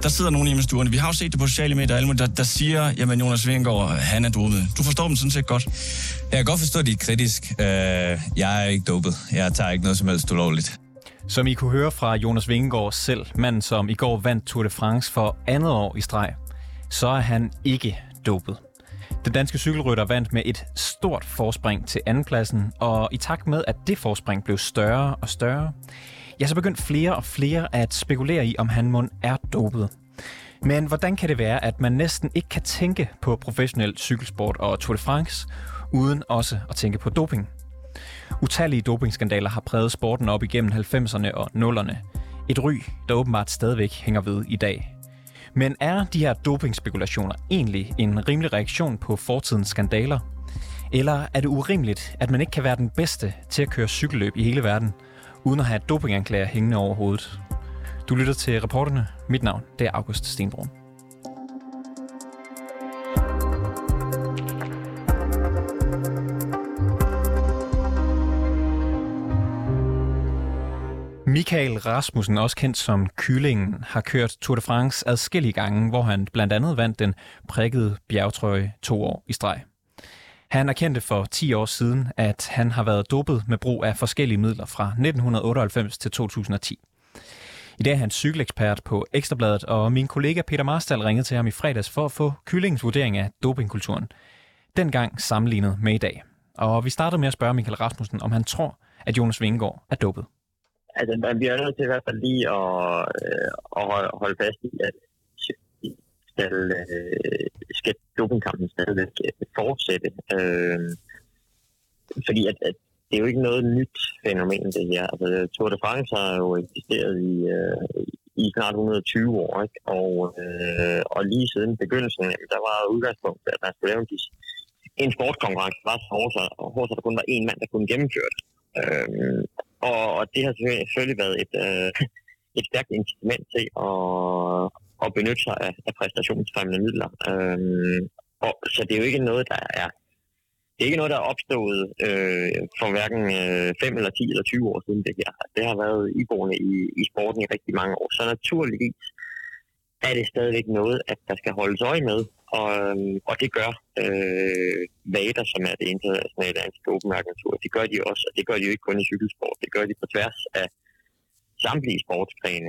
der sidder nogen hjemme i stuerne. Vi har jo set det på sociale medier, der siger, jamen Jonas Vingegaard, han er dopet. Du forstår dem sådan set godt. Jeg kan godt forstå, at de er kritisk. Jeg er ikke dopet. Jeg tager ikke noget som helst ulovligt. Som I kunne høre fra Jonas Vingegaard selv, manden som i går vandt Tour de France for andet år i streg, så er han ikke dopet. Den danske cykelrytter vandt med et stort forspring til andenpladsen, og i takt med, at det forspring blev større og større, ja, så begyndte flere og flere at spekulere i, om han mon er dopet. Men hvordan kan det være, at man næsten ikke kan tænke på professionel cykelsport og Tour de France, uden også at tænke på doping? Utallige dopingskandaler har præget sporten op igennem 90'erne og 0'erne. Et ry, der åbenbart stadigvæk hænger ved i dag. Men er de her dopingspekulationer egentlig en rimelig reaktion på fortidens skandaler? Eller er det urimeligt, at man ikke kan være den bedste til at køre cykelløb i hele verden, uden at have dopinganklager hængende over hovedet? Du lytter til Reporterne. Mit navn, det er August Stenbrun. Michael Rasmussen, også kendt som Kyllingen, har kørt Tour de France adskillige gange, hvor han blandt andet vandt den prikkede bjergtrøje 2 år i streg. Han erkendte for 10 år siden, at han har været dopet med brug af forskellige midler fra 1998 til 2010. I dag er han cykelekspert på Ekstrabladet, og min kollega Peter Marstal ringede til ham i fredags for at få Kyllingens vurdering af dopingkulturen. Dengang sammenlignet med i dag. Og vi startede med at spørge Michael Rasmussen, om han tror, at Jonas Vingegaard er dopet. Altså, man bliver nødt til i hvert fald lige at holde fast i, at skal dopingkampen stadigvæk fortsætte. Fordi at det er jo ikke noget nyt fænomen, det her. Altså, Tour de France har jo eksisteret i snart 120 år, ikke? Og lige siden begyndelsen, der var udgangspunkt, at man skulle lave en sportskonkurrence, var så hårdt, så der kun var én mand, der kunne gennemføre det. Og det har selvfølgelig været et stærkt incitament til at benytte sig af præstationsfremmende midler. Så det er jo ikke noget, der er opstået for hverken 5 eller 10 eller 20 år siden det her. Det har været iboende i sporten i rigtig mange år. Så naturligvis er det stadigvæk noget, at der skal holdes øje med. Og det gør VADA, som er det internationale antidopingagentur. Det gør de også, og det gør de jo ikke kun i cykelsport. Det gør de på tværs af samtlige sportsgrene.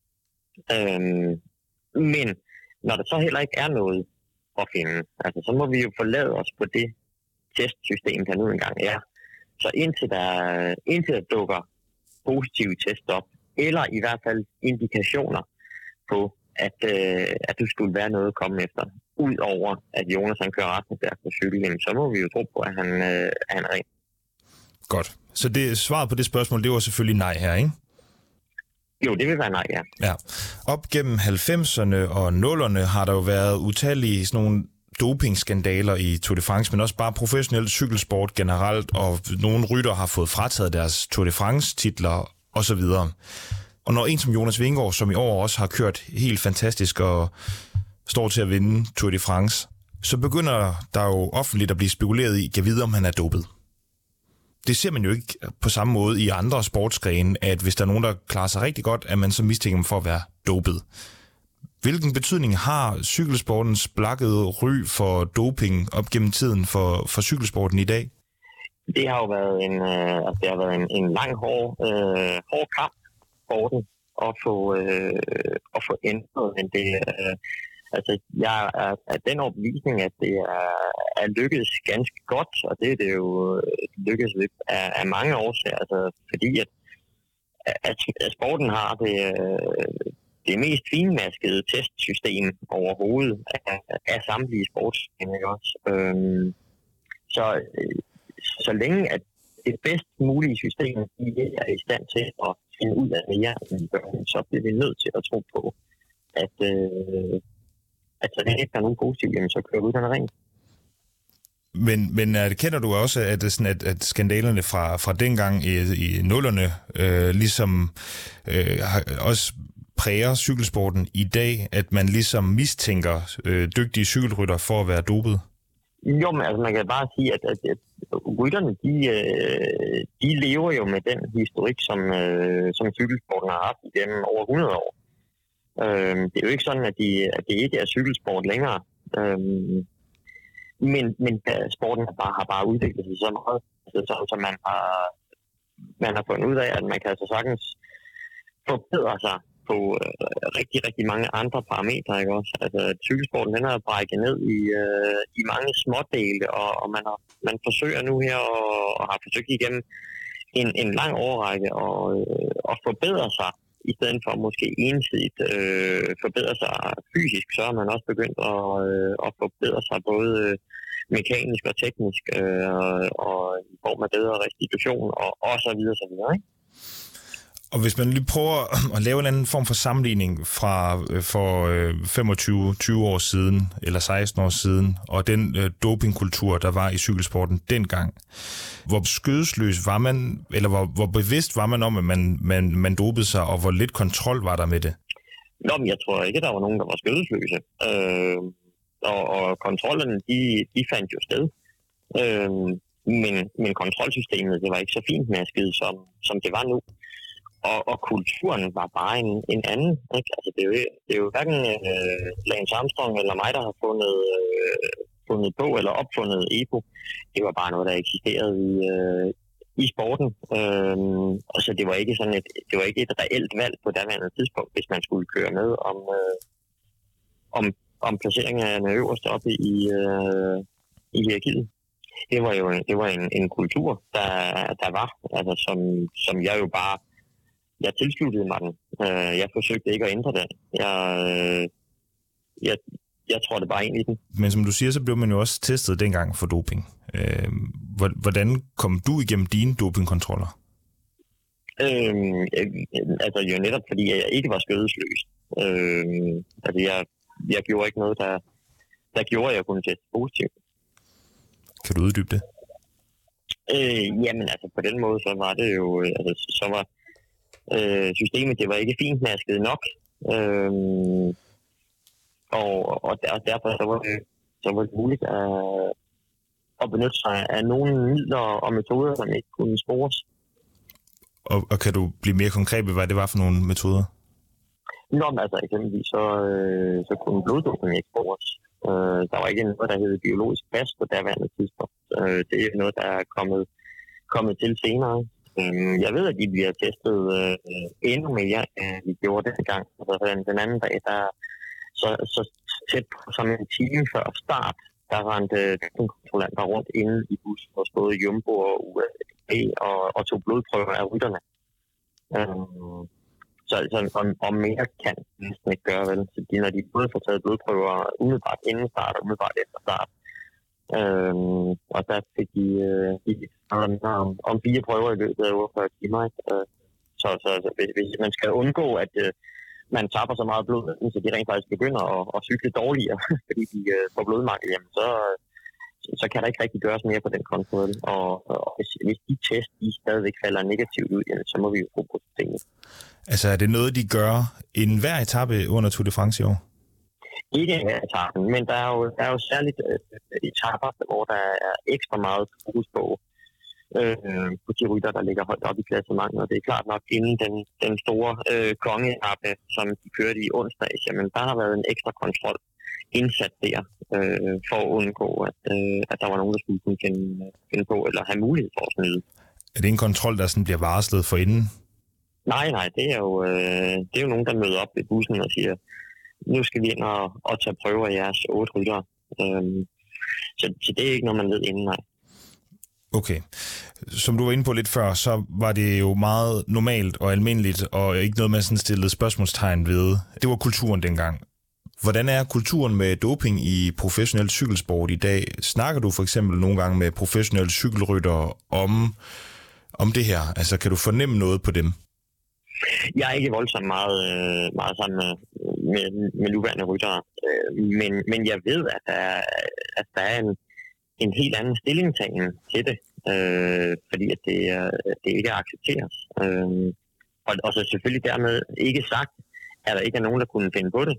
Men når der så heller ikke er noget at finde, altså, så må vi jo forlade os på det testsystem, der nu engang er. Så indtil der dukker positive test op, eller i hvert fald indikationer på, at du skulle være noget at komme efter. Udover at Jonas han kører Rasmussen på cykel, så må vi jo tro på, at han er ren. Godt. Så det svaret på det spørgsmål, det var selvfølgelig nej her, ikke? Jo, det vil være nej, ja. Ja. Op gennem 90'erne og 0'erne har der jo været utallige sådan nogle dopingskandaler i Tour de France, men også bare professionel cykelsport generelt, og nogle rytter har fået frataget deres Tour de France-titler osv. Og når en som Jonas Vingegaard, som i år også har kørt helt fantastisk og står til at vinde Tour de France, så begynder der jo offentligt at blive spekuleret i, kan vide, om han er dopet. Det ser man jo ikke på samme måde i andre sportsgrene, at hvis der er nogen, der klarer sig rigtig godt, at man så mistænker dem for at være dopet. Hvilken betydning har cykelsportens blakkede ry for doping op gennem tiden for cykelsporten i dag? Det har jo været en lang, hård kamp for den at få ændret, men det altså, jeg er af den overbevisning, at det er lykkedes ganske godt, og det er det jo lykkedes af mange årsager, altså fordi at sporten har det mest finmaskede testsystem overhovedet af samtlige sportsgrene også. Så længe at det bedst mulige system er i stand til at finde ud af mere, så bliver vi nødt til at tro på, at så det ikke er nogen positivt, så kører ud den ring. Men kender du også, at skandalerne fra dengang i 0'erne ligesom også præger cykelsporten i dag, at man ligesom mistænker dygtige cykelrytter for at være dopet? Jo, men altså, man kan bare sige, at rytterne, de lever jo med den historik, som cykelsporten har haft igennem over 100 år. Det er jo ikke sådan, at det ikke er cykelsport længere. Men sporten har bare udviklet sig så meget, så man har fundet ud af, at man kan altså sagtens forbedre sig på rigtig, rigtig mange andre parametre, ikke også? Altså, cykelsporten, den har brækket ned i mange smådele, og man forsøger nu her, og har forsøgt igennem en lang årrække at forbedre sig, i stedet for måske ensidigt forbedre sig fysisk, så er man også begyndt at forbedre sig både mekanisk og teknisk, og i form af bedre restitution, og så videre, så videre, ikke? Og hvis man lige prøver at lave en anden form for sammenligning for 25-20 år siden, eller 16 år siden, og den dopingkultur, der var i cykelsporten dengang, hvor skødesløs var man, eller hvor bevidst var man om, at man dopede sig, og hvor lidt kontrol var der med det? Nå, men jeg tror ikke, der var nogen, der var skødesløse. Og kontrollerne, de fandt jo sted. Men kontrolsystemet, det var ikke så fint masket, som det var nu. Og kulturen var bare en anden. Ikke? Altså, det er jo hverken Lance Armstrong eller mig, der har fundet på eller opfundet EPO. Det var bare noget, der eksisterede i sporten. Og så det var ikke sådan det var ikke et reelt valg på daværende tidspunkt, hvis man skulle køre med om placeringerne øverst oppe i hierarkiet. Det var en kultur, der var, altså som jeg jo bare. Jeg tilsluttede mig den. Jeg forsøgte ikke at ændre den. Jeg tror det bare ind i den. Men som du siger, så blev man jo også testet dengang for doping. Hvordan kom du igennem dine dopingkontroller? Altså jo netop fordi jeg ikke var skødesløs. Altså jeg gjorde ikke noget, der gjorde, at jeg kunne teste positivt. Kan du uddybe det? Jamen altså på den måde, så var det jo, altså så var systemet, det var ikke fintmasket nok. Og derfor så var det muligt at benytte sig af nogle midler og metoder, som ikke kunne spores. Og kan du blive mere konkret ved, hvad det var for nogle metoder? Nå, men altså eksempelvis så kunne bloddoping ikke spores. Der var ikke noget, der hed biologisk pas på daværende tidspunkt. Det er noget, der er kommet til senere. Jeg ved, at de bliver testet endnu mere, end de gjorde dengang. Altså den anden dag, så tæt på som en time før start, der rendte kontrollanter rundt inde i bussen hos både Jumbo og UAE og tog blodprøver af rytterne. Så om mere kan næsten ikke gøre, vel? Så når de både får taget blodprøver umiddelbart inden start og umiddelbart efter start. Og der fik de om 4 prøver i løbet af 48 timer. Så hvis man skal undgå, at man tapper så meget blod, så de rent faktisk begynder at cykle dårligere, fordi de får blodmangel, jamen, så kan der ikke rigtig gøres mere på den konto. Og hvis de test de stadigvæk falder negativt ud, jamen, så må vi jo bruge på tingene. Altså er det noget, de gør inden hver etape under Tour de France i år? Ikke hver etappen, men der er jo særligt etaper, hvor der er ekstra meget fokus på de rytter, der ligger højt op i klassementet. Og det er klart nok inden den store kongeetappe, som de kørte i onsdag, jamen der har været en ekstra kontrol indsat der, for at undgå, at der var nogen, der skulle kunne finde på, eller have mulighed for at snyde. Er det en kontrol, der sådan bliver varslet for inden? Nej, det er jo nogen, der møder op ved bussen og siger, nu skal vi ind og tage prøver af jeres 8 ryttere. Så det er ikke noget, man ved inden, nej. Okay. Som du var inde på lidt før, så var det jo meget normalt og almindeligt, og ikke noget, man sådan stillede spørgsmålstegn ved. Det var kulturen dengang. Hvordan er kulturen med doping i professionel cykelsport i dag? Snakker du for eksempel nogle gange med professionelle cykelryttere om det her? Altså, kan du fornemme noget på dem? Jeg er ikke voldsomt meget sammen med nuværende ryttere, men jeg ved, at der er en helt anden stillingtagen til det, fordi at det ikke accepteres. Og så selvfølgelig dermed ikke sagt, at der ikke er nogen, der kunne finde på det,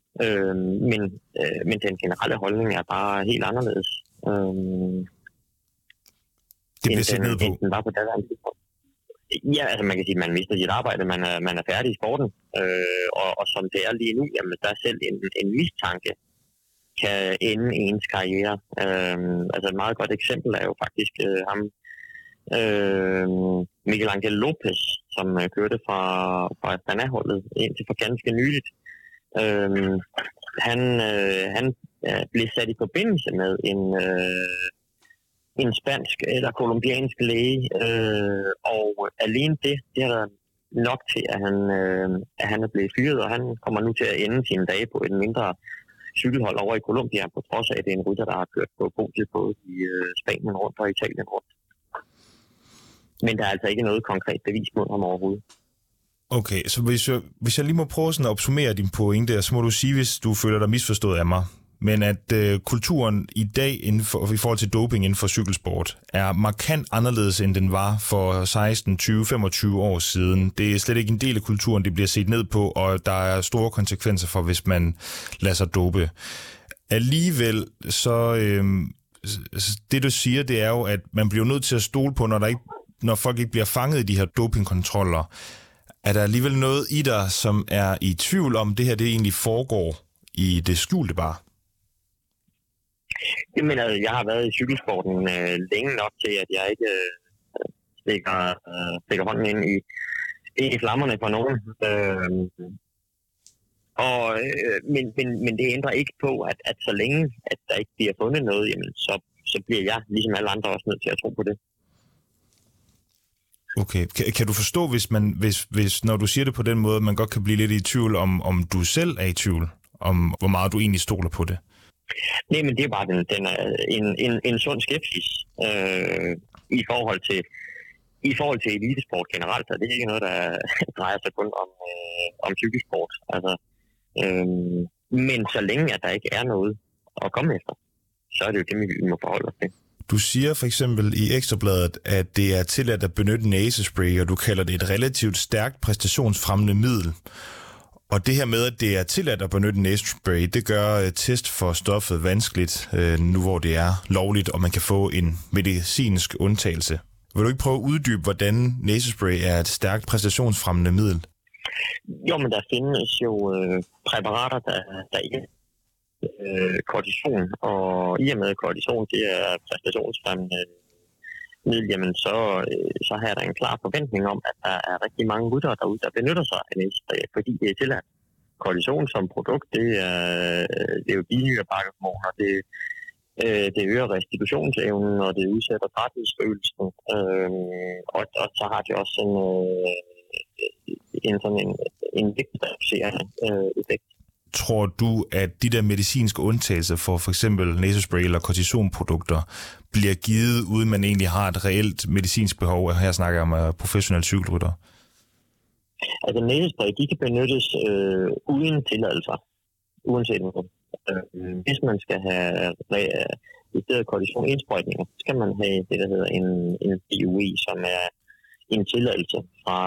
men den generelle holdning er bare helt anderledes. Det bliver set ned på? Den var på daværende tidspunkt. Ja, altså man kan sige, at man mister sit arbejde, man er færdig i sporten. Og som det er lige nu, jamen, der er selv en mistanke kan ende ens karriere. Altså et meget godt eksempel er jo faktisk ham, Miguel Angel Lopez, som kørte fra Astana-holdet indtil for ganske nyligt. Han blev sat i forbindelse med en spansk eller kolumbiansk læge, og alene det har været nok til, at han er blevet fyret, og han kommer nu til at ende sine dage på et mindre cykelhold over i Colombia, på trods af, at det er en rytter, der har kørt på podiet både i Spanien rundt og Italien rundt. Men der er altså ikke noget konkret bevis mod ham overhovedet. Okay, så hvis jeg lige må prøve sådan at opsummere din pointe, så må du sige, hvis du føler dig misforstået af mig, men at kulturen i dag i forhold til doping inden for cykelsport er markant anderledes, end den var for 16, 20, 25 år siden. Det er slet ikke en del af kulturen, det bliver set ned på, og der er store konsekvenser for, hvis man lader sig dope. Alligevel, så det du siger, det er jo, at man bliver nødt til at stole på, når folk ikke bliver fanget i de her dopingkontroller. Er der alligevel noget i dig, som er i tvivl om, det her det egentlig foregår i det skjulte bare? Jamen, altså, jeg har været i cykelsporten længe nok til, at jeg ikke stikker hånden ind i flammerne for nogen. Men det ændrer ikke på, at så længe at der ikke bliver fundet noget, jamen, så bliver jeg, ligesom alle andre, også nødt til at tro på det. Okay. Kan du forstå, hvis når du siger det på den måde, man godt kan blive lidt i tvivl om du selv er i tvivl, om hvor meget du egentlig stoler på det? Nej, men det er bare en sund skepsis i forhold til elitesport generelt, og det er ikke noget, der drejer sig kun om cykelsport. Altså, men så længe at der ikke er noget at komme efter, så er det jo det, vi må forholde os til. Du siger for eksempel i Ekstrabladet, at det er tilladt at benytte næsespray, og du kalder det et relativt stærkt præstationsfremmende middel. Og det her med, at det er tilladt at benytte næsespray, det gør test for stoffet vanskeligt, nu hvor det er lovligt, og man kan få en medicinsk undtagelse. Vil du ikke prøve at uddybe, hvordan næsespray er et stærkt præstationsfremmende middel? Jo, men der findes jo præparater, der ikke kortison, og i og med kortison, det er præstationsfremmende middel, jamen så har jeg da en klar forventning om, at der er rigtig mange ryttere derude, der benytter sig af næsespray, fordi det er tilladt. Kortison som produkt, det er jo binyrepakkerhormon, og det øger restitutionsevnen, og det udsætter træthedsfølelsen, og så har det også en vægtreducerende effekt. Tror du, at de der medicinske undtagelser for eksempel næsespray eller kortisonprodukter bliver givet, uden man egentlig har et reelt medicinsk behov? Her snakker jeg om professionelle cykelrytter. Altså næsespray, de kan benyttes uden tilladelser, uanset noget. Hvis man skal have i stedet kortisonindsprøjtninger, så skal man have det, der hedder en DOE, som er en tilladelse fra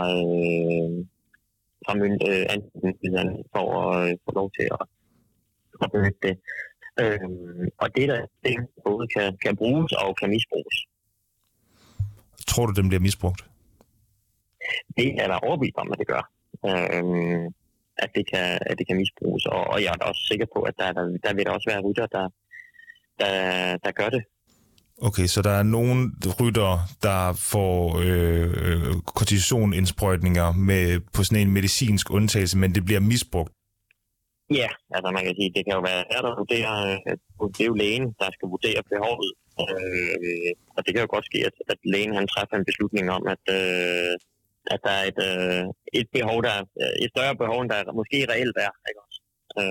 myndighederne for at få lov til at benytte det. Og det der både kan bruges og kan misbruges. Tror du, den bliver misbrugt? Det er der overbevist om, at det gør. At det kan misbruges. Og jeg er da også sikker på, at der vil der også være rytter, der gør det. Okay, så der er nogle ryttere, der får kortisonindsprøjtninger på sådan en medicinsk undtagelse, men det bliver misbrugt. Ja, altså man kan sige, det kan jo være her, der vurderer, det er jo lægen, der skal vurdere behovet. Og det kan jo godt ske, at lægen han træffer en beslutning om, at der er et behov, der er et større behov, end der måske reelt er. Ikke også?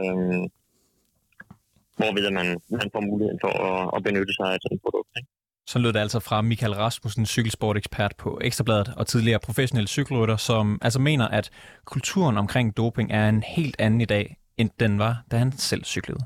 Hvorved man får muligheden for at benytte sig af sådan et produkt. Ikke? Så lød det altså fra Michael Rasmussen, cykelsportekspert på Ekstrabladet og tidligere professionel cykelrytter, som altså mener, at kulturen omkring doping er en helt anden i dag, end den var, da han selv cyklede.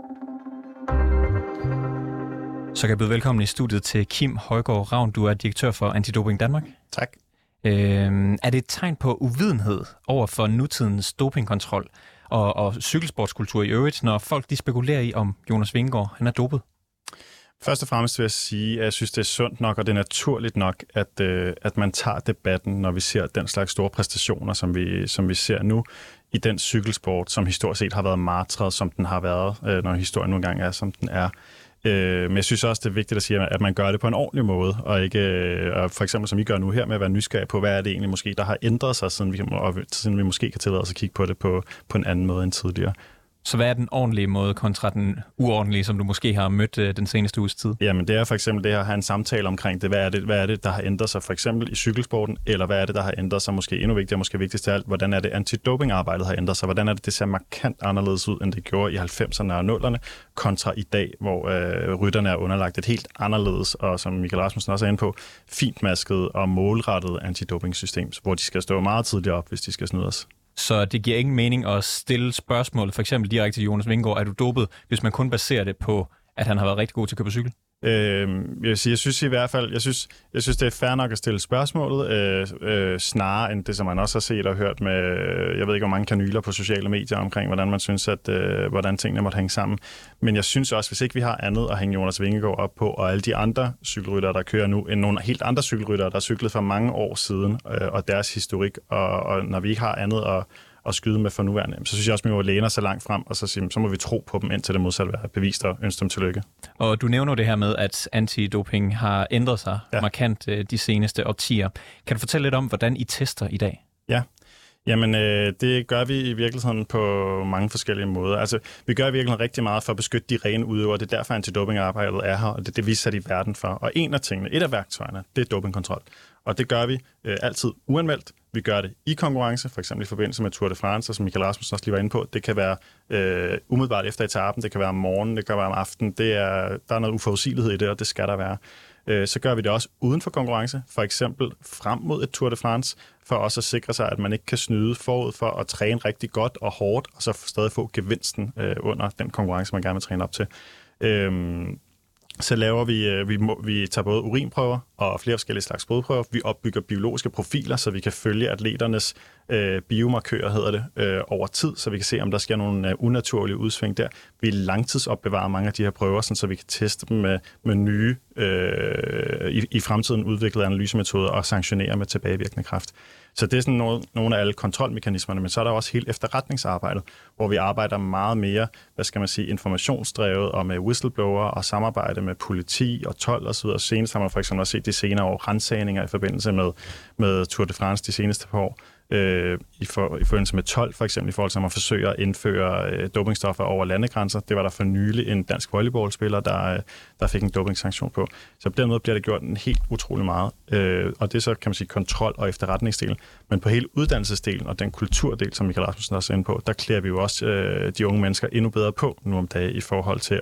Så kan jeg byde velkommen i studiet til Kim Højgaard Ravn. Du er direktør for Antidoping Danmark. Tak. Er det et tegn på uvidenhed over for nutidens dopingkontrol og cykelsportskultur i øvrigt, når folk de spekulerer i, om Jonas Vingegaard han er dopet? Først og fremmest vil jeg sige, at jeg synes, det er sundt nok, og det er naturligt nok, at man tager debatten, når vi ser den slags store præstationer, som vi ser nu. i den cykelsport, som historisk set har været martret, som den har været, når historien nogle gange er, som den er. Men jeg synes også, det er vigtigt at sige, at man gør det på en ordentlig måde, og ikke for eksempel som I gør nu her, med at være nysgerrig på, hvad er det egentlig måske, der har ændret sig, siden vi måske kan tillade os at kigge på det på en anden måde end tidligere. Så hvad er den ordentlige måde kontra den uordentlige, som du måske har mødt den seneste uges tid? Jamen det er for eksempel det at have en samtale omkring det. Hvad er det, der har ændret sig for eksempel i cykelsporten, eller hvad er det, der har ændret sig måske endnu vigtigere, måske vigtigst af alt, hvordan er det antidopingarbejdet har ændret sig, hvordan er det ser markant anderledes ud, end det gjorde i 90'erne og 0'erne, kontra i dag, hvor rytterne er underlagt et helt anderledes, og som Michael Rasmussen også er inde på, fintmasket og målrettet antidopingsystem, hvor de skal stå meget tidligt op, hvis de skal snyde os. Så det giver ingen mening at stille spørgsmål, for eksempel direkte til Jonas Vingegaard, er du dopet, hvis man kun baserer det på, at han har været rigtig god til at køre på cykel? Jeg synes i hvert fald, jeg synes det er fair nok at stille spørgsmålet, snarere end det, som man også har set og hørt med, jeg ved ikke, hvor mange kanyler på sociale medier omkring, hvordan man synes, at hvordan tingene måtte hænge sammen. Men jeg synes også, hvis ikke vi har andet at hænge Jonas Vingegaard op på, og alle de andre cykelryttere, der kører nu, end nogle helt andre cykelryttere, der har cyklet for mange år siden, og deres historik, og når vi ikke har andet at skyde med for nuværende, så synes jeg også, at vi må læne os så langt frem, og så må vi tro på dem, indtil det modsatte er bevist, og ønske dem tillykke. Og du nævner det her med, at antidoping har ændret sig markant de seneste årtier. Kan du fortælle lidt om, hvordan I tester i dag? Ja. Jamen, det gør vi i virkeligheden på mange forskellige måder. Altså, vi gør i virkeligheden rigtig meget for at beskytte de rene udøvere. Det er derfor, antidopingarbejdet er her, og det er det, vi er sat i verden for. Og en af tingene, et af værktøjerne, det er dopingkontrol. Og det gør vi altid uanmeldt. Vi gør det i konkurrence, for eksempel i forbindelse med Tour de France, som Michael Rasmussen også lige var inde på. Det kan være umiddelbart efter etapen, det kan være om morgenen, det kan være om aftenen. Der er noget uforudsigelighed i det, og det skal der være. Så gør vi det også uden for konkurrence, for eksempel frem mod et Tour de France, for også at sikre sig, at man ikke kan snyde forud for at træne rigtig godt og hårdt, og så stadig få gevinsten under den konkurrence, man gerne vil træne op til. Så laver vi tager både urinprøver og flere forskellige slags blodprøver. Vi opbygger biologiske profiler, så vi kan følge atleternes biomarkører, hedder det, over tid, så vi kan se, om der sker nogle unaturlige udsving der. Vi langtidsopbevarer mange af de her prøver, så vi kan teste dem med nye, i fremtiden udviklede analysemetoder og sanktionere med tilbagevirkende kraft. Så det er sådan nogle af alle kontrolmekanismerne, men så er der også helt efterretningsarbejdet, hvor vi arbejder meget mere, informationsdrevet og med whistleblower og samarbejde med politi og told osv. Senest har man for eksempel også set de senere år ransagninger i forbindelse med Tour de France de seneste par år. I forbindelse med 12 for eksempel, i forhold til at man forsøger at indføre dopingstoffer over landegrænser. Det var der for nylig en dansk volleyballspiller, der fik en dopingsanktion på. Så på den måde bliver det gjort en helt utrolig meget. Og det er så, kan man sige, kontrol- og efterretningsdelen. Men på hele uddannelsesdelen og den kulturdel, som Michael Rasmussen også er inde på, der klæder vi jo også de unge mennesker endnu bedre på nu om dagen i forhold til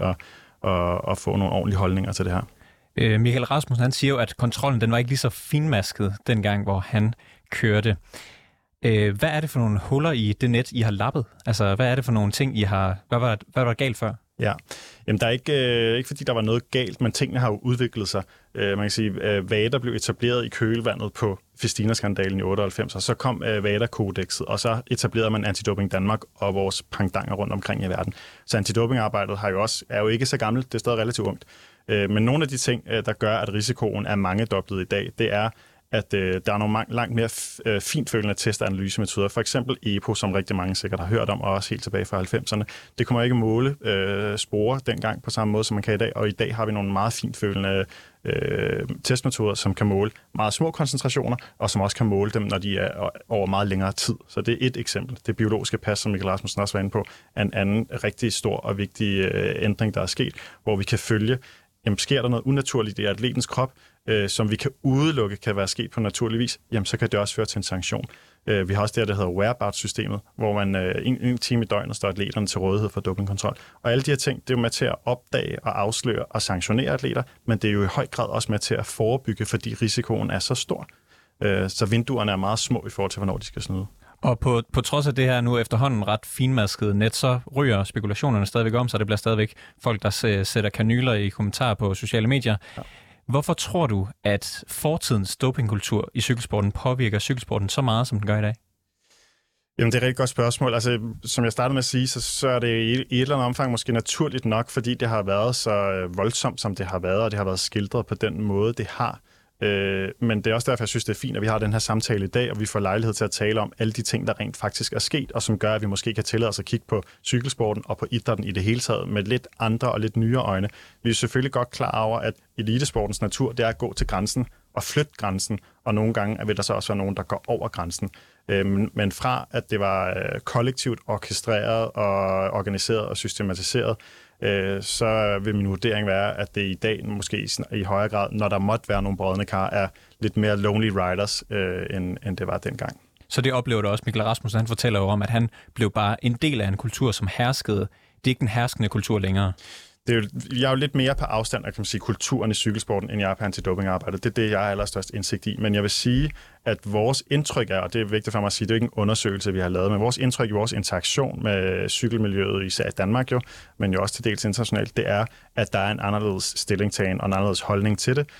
at få nogle ordentlige holdninger til det her. Michael Rasmussen, han siger jo, at kontrollen den var ikke lige så finmasket dengang, hvor han kørte. Hvad er det for nogle huller i det net, I har lappet? Altså, hvad er det for nogle ting, I har... Hvad var der galt før? Ja, jamen der er ikke fordi der var noget galt, men tingene har jo udviklet sig. Man kan sige, VADA blev etableret i kølvandet på Festina-skandalen i 98, og så kom VADA-kodexet, og så etablerede man Antidoping Danmark og vores pangdanger rundt omkring i verden. Så antidopingarbejdet er jo ikke så gammelt, det er stadig relativt ungt. Men nogle af de ting, der gør, at risikoen er mangedoblet i dag, det er, at der er nogle langt mere fintfølende test- og analysemetoder. For eksempel EPO, som rigtig mange sikkert har hørt om, og også helt tilbage fra 90'erne. Det kunne man ikke måle spore dengang på samme måde, som man kan i dag. Og i dag har vi nogle meget fintfølende testmetoder, som kan måle meget små koncentrationer, og som også kan måle dem, når de er over meget længere tid. Så det er et eksempel. Det biologiske pas, som Michael Rasmussen også var inde på, er en anden rigtig stor og vigtig ændring, der er sket, hvor vi kan følge, sker der noget unaturligt i atletens krop, som vi kan udelukke kan være sket på naturlig vis, jamen så kan det også føre til en sanktion. Vi har også det, der hedder whereabouts-systemet, hvor man en time i døgnet står atleterne til rådighed for dopingkontrol. Og alle de her ting, det er jo med til at opdage og afsløre og sanktionere atleter, men det er jo i høj grad også med til at forebygge, fordi risikoen er så stor. Så vinduerne er meget små i forhold til, hvornår de skal snyde. Og på trods af det her nu efterhånden ret finmaskede net, så ryger spekulationerne stadigvæk om, så det bliver stadigvæk folk, der sætter kanyler i kommentarer på sociale medier. Ja. Hvorfor tror du, at fortidens dopingkultur i cykelsporten påvirker cykelsporten så meget, som den gør i dag? Jamen, det er et rigtig godt spørgsmål. Altså, som jeg startede med at sige, så er det i et eller andet omfang måske naturligt nok, fordi det har været så voldsomt, som det har været, og det har været skildret på den måde, det har. Men det er også derfor, jeg synes, det er fint, at vi har den her samtale i dag, og vi får lejlighed til at tale om alle de ting, der rent faktisk er sket, og som gør, at vi måske kan tillade os at kigge på cykelsporten og på idrætten i det hele taget med lidt andre og lidt nyere øjne. Vi er selvfølgelig godt klar over, at elitesportens natur, det er at gå til grænsen og flytte grænsen, og nogle gange vil der så også være nogen, der går over grænsen. Men fra at det var kollektivt orkestreret og organiseret og systematiseret, så vil min vurdering være, at det i dag måske i højere grad, når der måtte være nogle brodne kar, er lidt mere lonely riders, end det var dengang. Så det oplever du også. Mikkel Rasmussen, han fortæller jo om, at han blev bare en del af en kultur, som herskede. Det er ikke den herskende kultur længere. Jeg er jo lidt mere på afstand af, kan man sige, kulturen i cykelsporten, end jeg er på antidopingarbejdet. Det er det, jeg har allerstørst indsigt i. Men jeg vil sige, at vores indtryk er, og det er vigtigt for mig at sige, det er ikke en undersøgelse, vi har lavet, men vores indtryk i vores interaktion med cykelmiljøet, især i Danmark jo, men jo også til dels internationalt, det er, at der er en anderledes stillingtagen og en anderledes holdning til det.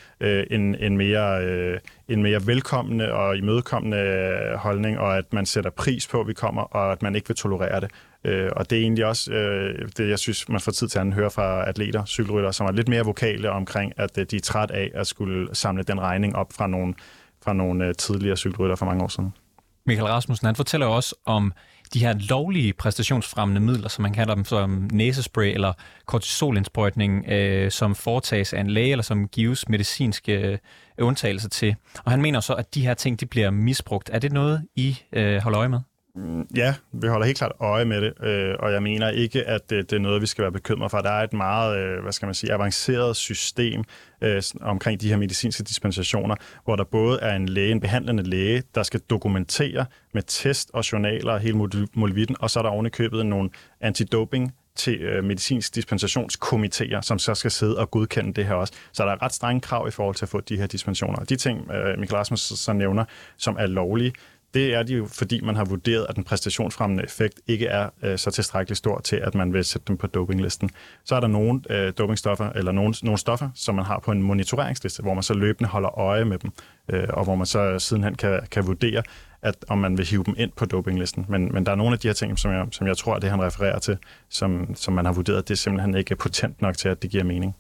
En mere velkommende og imødekommende holdning, og at man sætter pris på, at vi kommer, og at man ikke vil tolerere det. Og det er egentlig også det, jeg synes, man får tid til at høre fra atleter, cykelryttere, som er lidt mere vokale omkring, at de er træt af at skulle samle den regning op fra nogle tidligere cykelryttere for mange år siden. Mikkel Rasmussen, han fortæller også om de her lovlige præstationsfremmende midler, som man kalder dem, som næsespray eller kortisolindsprøjtning, som foretages af en læge, eller som gives medicinske undtagelser til. Og han mener så, at de her ting, de bliver misbrugt. Er det noget, I holder øje med? Ja, vi holder helt klart øje med det, og jeg mener ikke, at det er noget, vi skal være bekymret for. Der er et meget, avanceret system omkring de her medicinske dispensationer, hvor der både er en behandlende læge, der skal dokumentere med test og journaler og hele molevitten, og så er der ovenikøbet nogle antidoping til medicinsk dispensationskomiteer, som så skal sidde og godkende det her også. Så der er ret strenge krav i forhold til at få de her dispensationer. De ting, Mikkel Rasmussen så nævner, som er lovlige, det er de jo, fordi man har vurderet, at den præstationsfremmende effekt ikke er så tilstrækkeligt stor til, at man vil sætte dem på dopinglisten. Så er der nogle dopingstoffer, eller nogle stoffer, som man har på en monitoreringsliste, hvor man så løbende holder øje med dem, og hvor man så sidenhen kan vurdere, om man vil hive dem ind på dopinglisten. Men der er nogle af de her ting, som jeg tror, at det han refererer til, som man har vurderet, det er simpelthen ikke potent nok til, at det giver mening.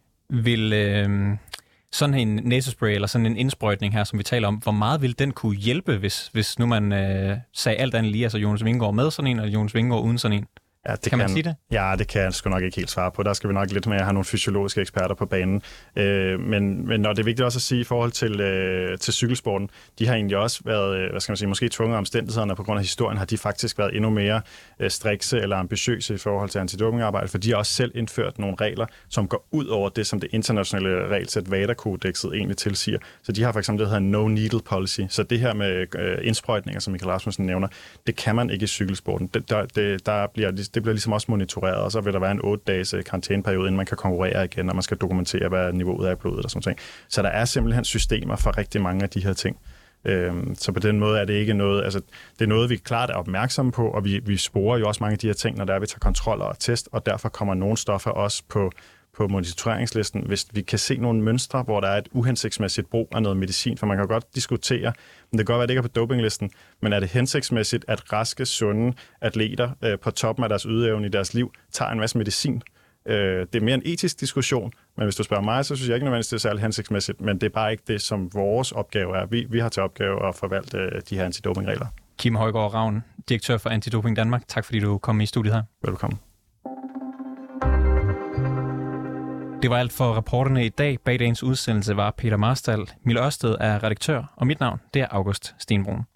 Vil sådan en næsespray eller sådan en indsprøjtning her, som vi taler om, hvor meget vil den kunne hjælpe, hvis nu man sagde alt andet lige, altså Jonas Vingegaard med sådan en, og Jonas Vingegaard uden sådan en? Ja, kan man sige det? Ja, det kan jeg sgu nok ikke helt svare på. Der skal vi nok lidt mere have nogle fysiologiske eksperter på banen. Men når det er vigtigt også at sige i forhold til cykelsporten, de har egentlig også været, måske tvunget af omstændighederne, på grund af historien, har de faktisk været endnu mere strikse eller ambitiøse i forhold til antidopingarbejde, for de har også selv indført nogle regler, som går ud over det, som det internationale regelsæt WADA-kodekset egentlig tilsiger. Så de har for eksempel det, der hedder no needle policy. Så det her med indsprøjtninger, som Mikkel Rasmussen nævner, det kan man ikke i cykelsporten. Det bliver ligesom også monitoreret, og så vil der være en 8-dages karantæneperiode, inden man kan konkurrere igen, og man skal dokumentere, hvad niveauet er i blodet og sådan noget. Så der er simpelthen systemer for rigtig mange af de her ting. Så på den måde er det ikke noget, altså det er noget, vi klart er opmærksomme på, og vi sporer jo også mange af de her ting, når vi tager kontroller og test, og derfor kommer nogle stoffer også på monitoreringslisten, hvis vi kan se nogle mønstre, hvor der er et uhensigtsmæssigt brug af noget medicin, for man kan godt diskutere, men det kan godt være, at det ikke er på dopinglisten, men er det hensigtsmæssigt, at raske, sunde atleter på toppen af deres ydeevne i deres liv tager en masse medicin? Det er mere en etisk diskussion, men hvis du spørger mig, så synes jeg ikke nødvendigvis, det er særlig hensigtsmæssigt, men det er bare ikke det, som vores opgave er. Vi har til opgave at forvalte de her antidopingregler. Kim Højgaard Ravn, direktør for Antidoping Danmark. Tak fordi du kom i studiet her. Velkommen. Det var alt for reporterne i dag. Bag dagens udsendelse var Peter Marstal, Mille Ørsted er redaktør, og mit navn det er August Stenbrun.